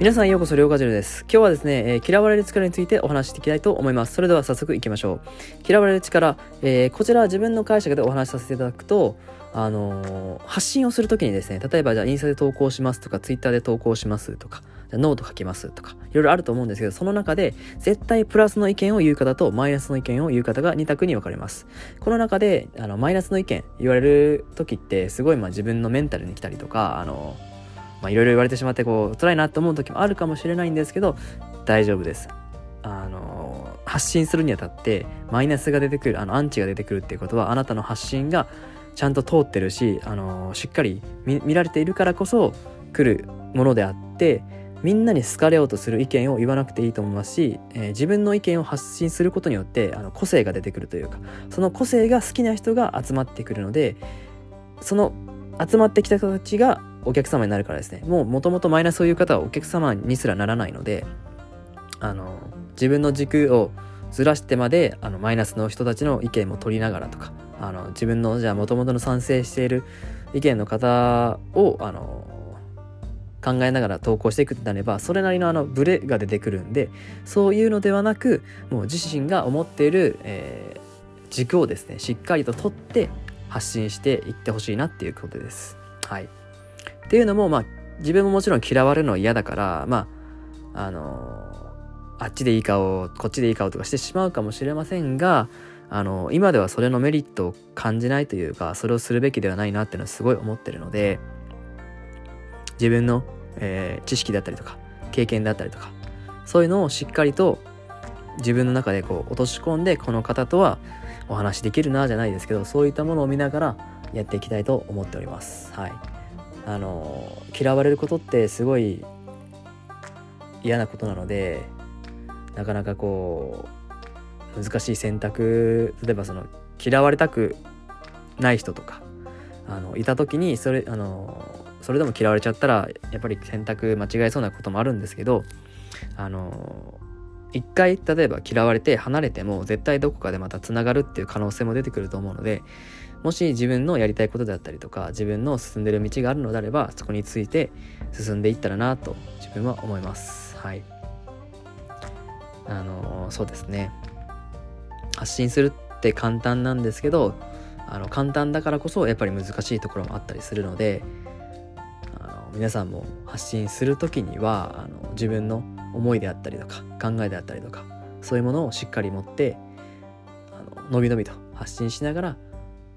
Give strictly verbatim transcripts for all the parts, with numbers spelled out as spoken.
皆さんようこそ、りょうかじるです。今日はですね、えー、嫌われる力についてお話していきたいと思います。それでは早速いきましょう。嫌われる力、えー、こちらは自分の解釈でお話しさせていただくと、あのー、発信をするときにですね、例えばじゃあインスタで投稿しますとか、ツイッターで投稿しますとか、じゃあノート書きますとか、いろいろあると思うんですけど、その中で絶対プラスの意見を言う方とマイナスの意見を言う方がに択に分かれます。この中であのマイナスの意見言われるときって、すごいまあ自分のメンタルに来たりとか、あのーまあ、いろいろ言われてしまってこう辛いなと思う時もあるかもしれないんですけど、大丈夫です。あの発信するにあたってマイナスが出てくる、あのアンチが出てくるっていうことは、あなたの発信がちゃんと通ってるし、あのしっかり 見, 見られているからこそ来るものであって、みんなに好かれようとする意見を言わなくていいと思いますし、えー、自分の意見を発信することによってあの個性が出てくるというか、その個性が好きな人が集まってくるので、その集まってきた人たちがお客様になるからですね。もう元々マイナスを言う方はお客様にすらならないので、あの自分の軸をずらしてまであのマイナスの人たちの意見も取りながらとか、あの自分のじゃあ元々の賛成している意見の方をあの考えながら投稿していくってなれば、それなりのあのブレが出てくるんで、そういうのではなく、もう自身が思っている、えー、軸をですねしっかりと取って発信していってほしいなっていうことです。はい。っていうのも、まあ自分ももちろん嫌われるのは嫌だから、まああのー、あっちでいい顔こっちでいい顔とかしてしまうかもしれませんが、あのー、今ではそれのメリットを感じないというか、それをするべきではないなっていうのはすごい思ってるので、自分の、えー、知識だったりとか経験だったりとか、そういうのをしっかりと自分の中でこう落とし込んで、この方とはお話できるなじゃないですけど、そういったものを見ながらやっていきたいと思っております。はい。あの嫌われることってすごい嫌なことなので、なかなかこう難しい選択、例えばその嫌われたくない人とかあのいた時に、それあのそれでも嫌われちゃったらやっぱり選択間違えそうなこともあるんですけど、あの一回例えば嫌われて離れても絶対どこかでまたつながるっていう可能性も出てくると思うので、もし自分のやりたいことだったりとか、自分の進んでる道があるのであれば、そこについて進んでいったらなと自分は思います。はい。あのそうですね、発信するって簡単なんですけど、あの簡単だからこそやっぱり難しいところもあったりするので、あの皆さんも発信するときにはあの自分の思いであったりとか考えであったりとか、そういうものをしっかり持ってあののびのびと発信しながら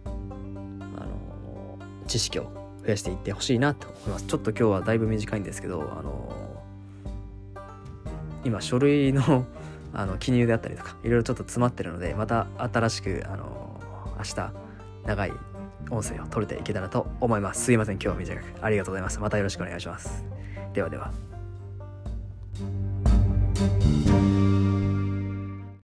知識を増やしていってほしいなと思います。ちょっと今日はだいぶ短いんですけど、あのー、今書類のあの記入であったりとかいろいろちょっと詰まってるので、また新しく、あのー、明日長い音声を取れていけたらと思います。すいません、今日は短くありがとうございます。またよろしくお願いします。ではでは。